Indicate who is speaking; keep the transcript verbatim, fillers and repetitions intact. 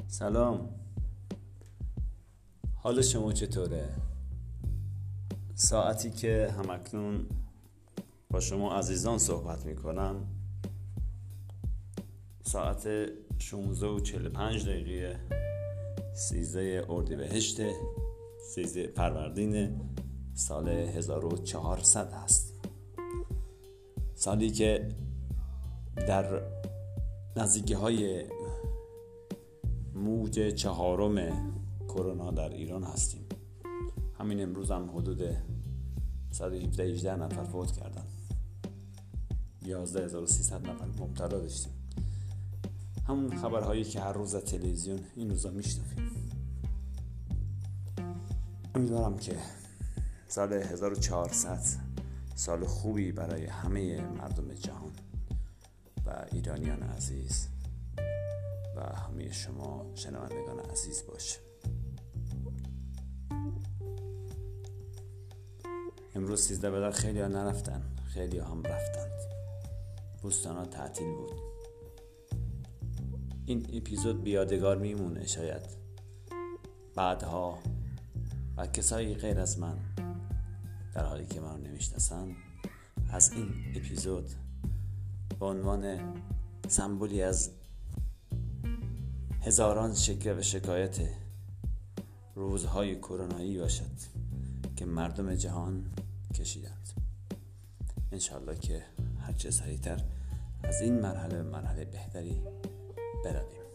Speaker 1: سلام، حال شما چطوره؟ ساعتی که همکنون با شما عزیزان صحبت میکنم ساعت شانزده و چهل و پنج دقیقه سیزده اردیبهشت سیزده فروردین سال هزار و چهارصد هست. سالی که در نزدیکی های موج چهارم کرونا در ایران هستیم. همین امروز هم حدود صد و هفده هجده نفر فوت کردن، یازده هزار و سیصد نفر مبتلا داشتیم. همون خبرهایی که هر روز از تلویزیون این روزا میشنویم. امیدوارم که سال هزار و چهارصد سال خوبی برای همه مردم جهان و ایرانیان عزیز و همه شما شنوندگان عزیز باشه. امروز سیزده بدر خیلی ها نرفتن، خیلی ها هم رفتند. بوستان ها تعطیل بود. این اپیزود بیادگار میمونه شاید بعدها و کسایی غیر از من در حالی که من نمیشناسن از این اپیزود به عنوان سمبولی از هزاران شکوه و شکایت روزهای کرونایی باشد که مردم جهان کشیدند. انشالله که هرچه سریعتر از این مرحله به مرحله بهتری برویم.